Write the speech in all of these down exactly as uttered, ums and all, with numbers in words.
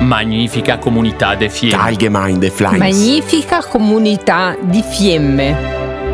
Magnifica comunità de Fiemme. Allgemeine Flames. Magnifica comunità di Fiemme.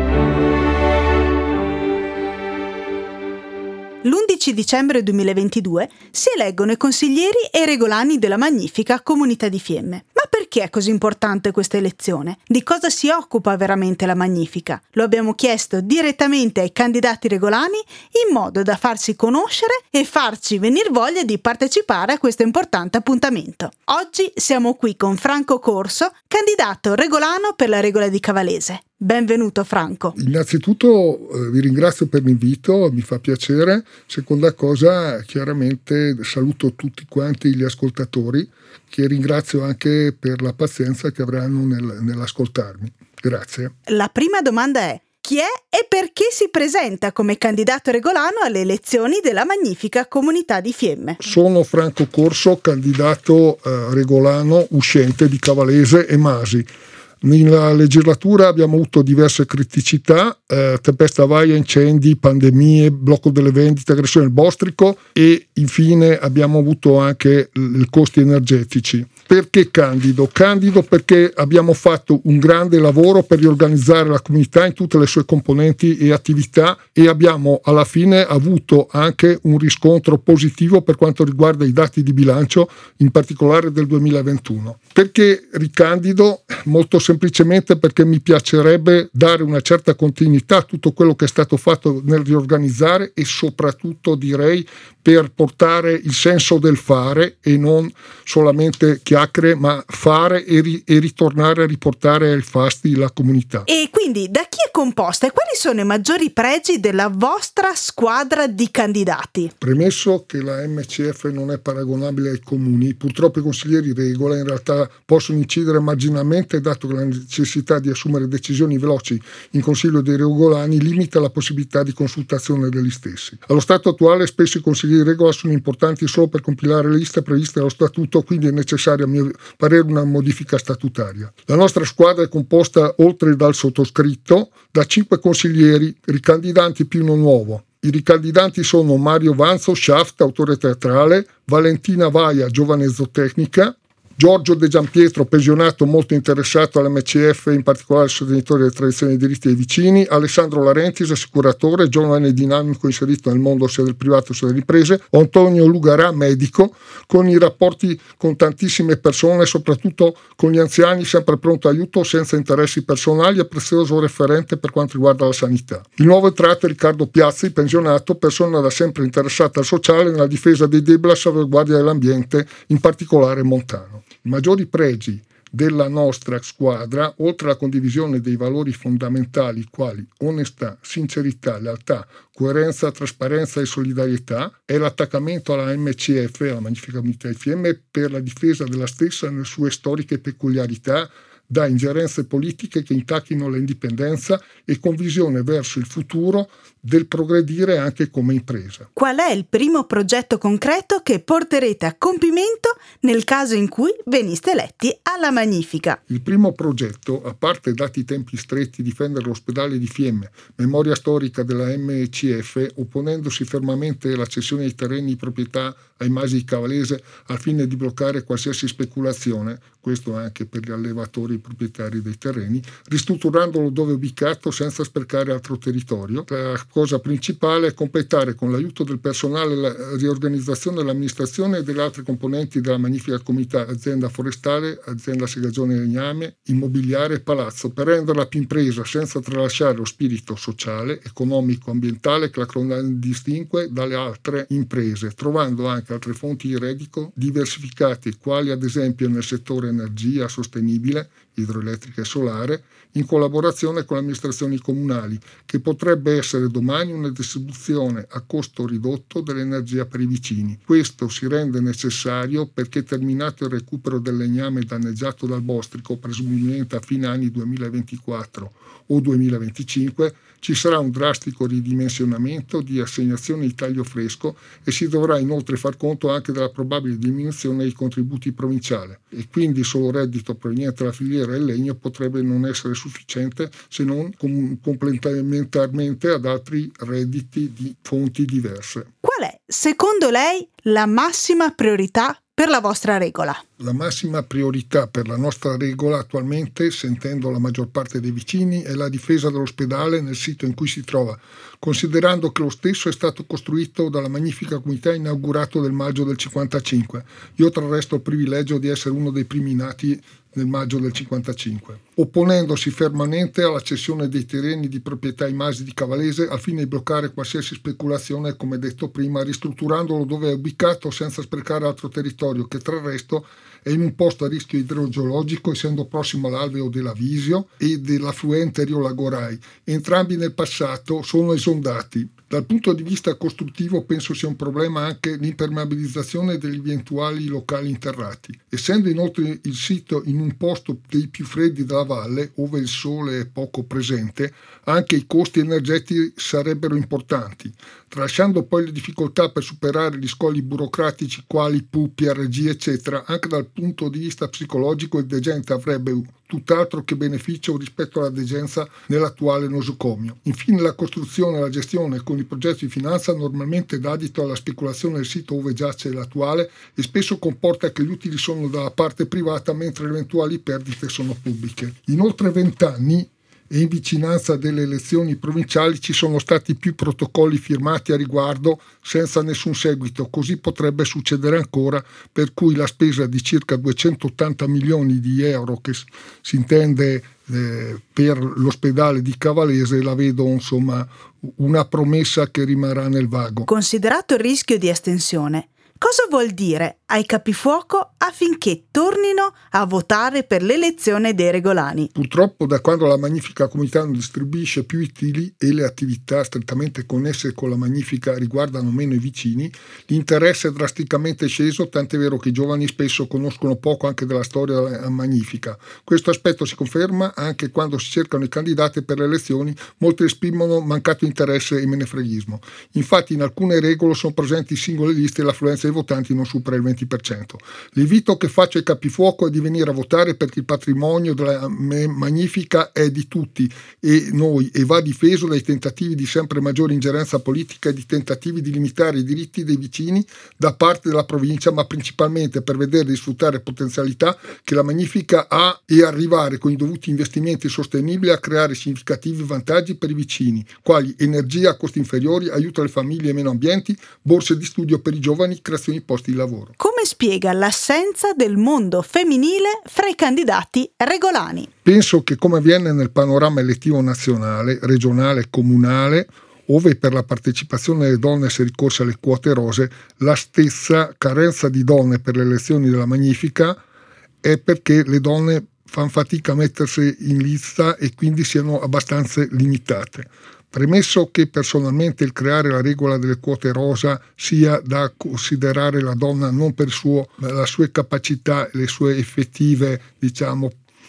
L'undici dicembre duemilaventidue si eleggono i consiglieri e i regolani della Magnifica Comunità di Fiemme. Ma perché è così importante questa elezione? Di cosa si occupa veramente la Magnifica? Lo abbiamo chiesto direttamente ai candidati regolani in modo da farsi conoscere e farci venir voglia di partecipare a questo importante appuntamento. Oggi siamo qui con Franco Corso, candidato regolano per la regola di Cavalese. Benvenuto Franco. Innanzitutto eh, vi ringrazio per l'invito, mi fa piacere. Seconda cosa, chiaramente saluto tutti quanti gli ascoltatori, che ringrazio anche per la pazienza che avranno nel, nell'ascoltarmi. Grazie. La prima domanda è: chi è e perché si presenta come candidato regolano alle elezioni della Magnifica Comunità di Fiemme? Sono Franco Corso, candidato eh, regolano uscente di Cavalese e Masi. Nella legislatura abbiamo avuto diverse criticità, eh, tempesta vaia, incendi, pandemie, blocco delle vendite, aggressione al bostrico e infine abbiamo avuto anche i costi energetici. Perché candido? Candido perché abbiamo fatto un grande lavoro per riorganizzare la comunità in tutte le sue componenti e attività e abbiamo alla fine avuto anche un riscontro positivo per quanto riguarda i dati di bilancio, in particolare del duemilaventuno. Perché ricandido? Molto semplicemente perché mi piacerebbe dare una certa continuità a tutto quello che è stato fatto nel riorganizzare e soprattutto direi per portare il senso del fare e non solamente chiacchiere, ma fare e, ri- e ritornare a riportare ai fasti la comunità. E quindi da chi è composta e quali sono i maggiori pregi della vostra squadra di candidati? Premesso che la M C F non è paragonabile ai comuni, purtroppo i consiglieri regola in realtà possono incidere marginalmente, dato che la necessità di assumere decisioni veloci in consiglio dei regolani limita la possibilità di consultazione degli stessi. Allo stato attuale spesso i consiglieri di regola sono importanti solo per compilare le liste previste dallo statuto, quindi è necessaria a mio parere una modifica statutaria. La nostra squadra è composta, oltre dal sottoscritto, da cinque consiglieri ricandidanti più uno nuovo. I ricandidanti sono Mario Vanzo, Shaft, autore teatrale, Valentina Vaia, giovane zootecnica, Giorgio De Giampietro, pensionato molto interessato all'M C F, in particolare sostenitore delle tradizioni dei diritti dei vicini, Alessandro Larentis, assicuratore, giovane dinamico inserito nel mondo sia del privato sia delle imprese, Antonio Lugarà, medico, con i rapporti con tantissime persone, soprattutto con gli anziani, sempre pronto aiuto, senza interessi personali e prezioso referente per quanto riguarda la sanità. Il nuovo entrato è Riccardo Piazzi, pensionato, persona da sempre interessata al sociale, nella difesa dei deboli e salvaguardia dell'ambiente, in particolare montano. I maggiori pregi della nostra squadra, oltre alla condivisione dei valori fondamentali quali onestà, sincerità, lealtà, coerenza, trasparenza e solidarietà, è l'attaccamento alla M C F, alla Magnifica Comunità di Fiemme, per la difesa della stessa nelle sue storiche peculiarità, da ingerenze politiche che intacchino l'indipendenza e con visione verso il futuro del progredire anche come impresa. Qual è il primo progetto concreto che porterete a compimento nel caso in cui veniste eletti alla Magnifica? Il primo progetto, a parte dati i tempi stretti, difendere l'ospedale di Fiemme, memoria storica della M C F, opponendosi fermamente alla cessione dei terreni di proprietà ai Masi di Cavalese al fine di bloccare qualsiasi speculazione, questo anche per gli allevatori proprietari dei terreni, ristrutturandolo dove ubicato senza sprecare altro territorio. La cosa principale è completare con l'aiuto del personale la riorganizzazione dell'amministrazione e delle altre componenti della Magnifica Comunità, azienda forestale, azienda segazione legname, immobiliare e palazzo, per renderla più impresa senza tralasciare lo spirito sociale, economico, ambientale che la contraddistingue dalle altre imprese, trovando anche altre fonti di reddito diversificate, quali ad esempio nel settore energia sostenibile, idroelettrica e solare, in collaborazione con le amministrazioni comunali, che potrebbe essere domani una distribuzione a costo ridotto dell'energia per i vicini. Questo si rende necessario perché, terminato il recupero del legname danneggiato dal bostrico, presumibilmente a fine anni duemilaventiquattro o duemilaventicinque, ci sarà un drastico ridimensionamento di assegnazione di taglio fresco e si dovrà inoltre far conto anche della probabile diminuzione dei contributi provinciali, e quindi solo reddito proveniente dalla filiera del legno potrebbe non essere sufficiente se non com- complementarmente ad altri redditi di fonti diverse. Qual è, secondo lei, la massima priorità per la vostra regola? La massima priorità per la nostra regola attualmente, sentendo la maggior parte dei vicini, è la difesa dell'ospedale nel sito in cui si trova, considerando che lo stesso è stato costruito dalla magnifica comunità inaugurato nel maggio del cinquantacinque. Io tra l'altro ho il privilegio di essere uno dei primi nati nel maggio del cinquantacinque, opponendosi fermamente alla cessione dei terreni di proprietà ai Masi di Cavalese al fine di bloccare qualsiasi speculazione, come detto prima, ristrutturandolo dove è ubicato senza sprecare altro territorio che tra il resto è in un posto a rischio idrogeologico, essendo prossimo all'alveo della Visio e dell'affluente Rio Lagorai. Entrambi nel passato sono esondati. Dal punto di vista costruttivo penso sia un problema anche l'impermeabilizzazione degli eventuali locali interrati. Essendo inoltre il sito in un posto dei più freddi della valle, ove il sole è poco presente, anche i costi energetici sarebbero importanti, tralasciando poi le difficoltà per superare gli scogli burocratici quali P U, P R G eccetera. Anche dal punto di vista psicologico il degente avrebbe tutt'altro che beneficio rispetto alla degenza nell'attuale nosocomio. Infine la costruzione e la gestione con i progetti di finanza normalmente dà adito alla speculazione del sito dove giace l'attuale e spesso comporta che gli utili sono dalla parte privata mentre le eventuali perdite sono pubbliche. In oltre vent'anni e in vicinanza delle elezioni provinciali ci sono stati più protocolli firmati a riguardo senza nessun seguito, così potrebbe succedere ancora, per cui la spesa di circa duecentottanta milioni di euro che si intende eh, per l'ospedale di Cavalese la vedo insomma una promessa che rimarrà nel vago. Considerato il rischio di estensione, cosa vuol dire ai capifuoco affinché tornino a votare per l'elezione dei regolani? Purtroppo da quando la magnifica comunità non distribuisce più i titoli e le attività strettamente connesse con la magnifica riguardano meno i vicini, l'interesse è drasticamente sceso, tant'è vero che i giovani spesso conoscono poco anche della storia della magnifica. Questo aspetto si conferma anche quando si cercano i candidati per le elezioni, molti esprimono mancato interesse e menefreghismo. Infatti in alcune regole sono presenti singole liste e l'affluenza dei votanti non supera il venti per cento. L'invito che faccio ai capifuoco è di venire a votare perché il patrimonio della magnifica è di tutti e noi e va difeso dai tentativi di sempre maggiore ingerenza politica e di tentativi di limitare i diritti dei vicini da parte della provincia, ma principalmente per vedere di sfruttare potenzialità che la magnifica ha e arrivare con i dovuti investimenti sostenibili a creare significativi vantaggi per i vicini, quali energia a costi inferiori, aiuto alle famiglie e meno ambienti, borse di studio per i giovani, creazione di posti di lavoro. Come spiega l'assenza del mondo femminile fra i candidati regolani? Penso che come avviene nel panorama elettivo nazionale, regionale e comunale, ove per la partecipazione delle donne si è ricorso alle quote rose, la stessa carenza di donne per le elezioni della magnifica è perché le donne fanno fatica a mettersi in lista e quindi siano abbastanza limitate. Premesso che personalmente il creare la regola delle quote rosa sia da considerare la donna non per suo, la sue capacità e le sue effettive, diciamo,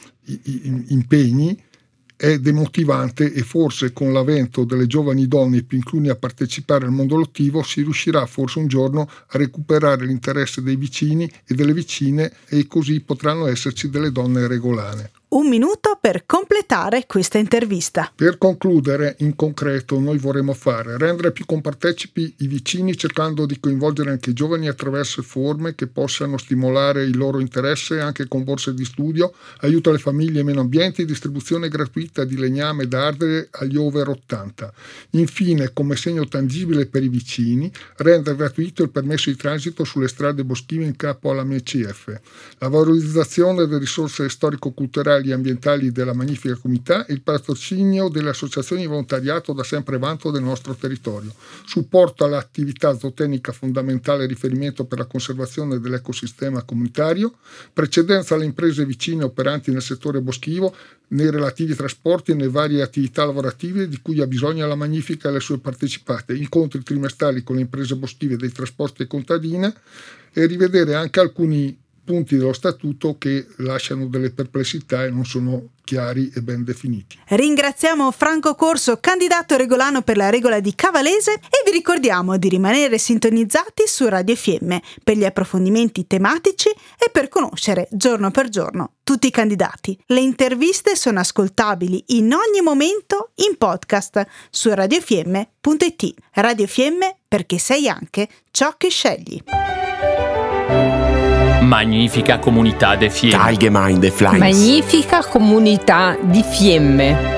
impegni, è demotivante e forse con l'avvento delle giovani donne più inclini a partecipare al mondo lottivo si riuscirà forse un giorno a recuperare l'interesse dei vicini e delle vicine e così potranno esserci delle donne regolane. Un minuto per completare questa intervista. Per concludere, in concreto, noi vorremmo fare rendere più compartecipi i vicini cercando di coinvolgere anche i giovani attraverso forme che possano stimolare il loro interesse anche con borse di studio, aiuto alle famiglie e meno ambienti, distribuzione gratuita di legname da ardere agli over ottanta. Infine, come segno tangibile per i vicini, rendere gratuito il permesso di transito sulle strade boschive in capo alla M C F. La valorizzazione delle risorse storico-culturali e ambientali della magnifica comunità e il patrocinio delle associazioni di volontariato da sempre vanto del nostro territorio, supporto all'attività zootenica fondamentale riferimento per la conservazione dell'ecosistema comunitario, precedenza alle imprese vicine operanti nel settore boschivo, nei relativi trasporti e nelle varie attività lavorative di cui ha bisogno la magnifica e le sue partecipate, incontri trimestrali con le imprese boschive dei trasporti contadine e rivedere anche alcuni punti dello statuto che lasciano delle perplessità e non sono chiari e ben definiti. Ringraziamo Franco Corso, candidato regolano per la regola di Cavalese, e vi ricordiamo di rimanere sintonizzati su Radio Fiemme per gli approfondimenti tematici e per conoscere giorno per giorno tutti i candidati. Le interviste sono ascoltabili in ogni momento in podcast su radiofiemme punto it. Radio Fiemme, perché sei anche ciò che scegli. Magnifica comunità de Fiemme. Allgemeine Flames. Magnifica comunità di fiemme.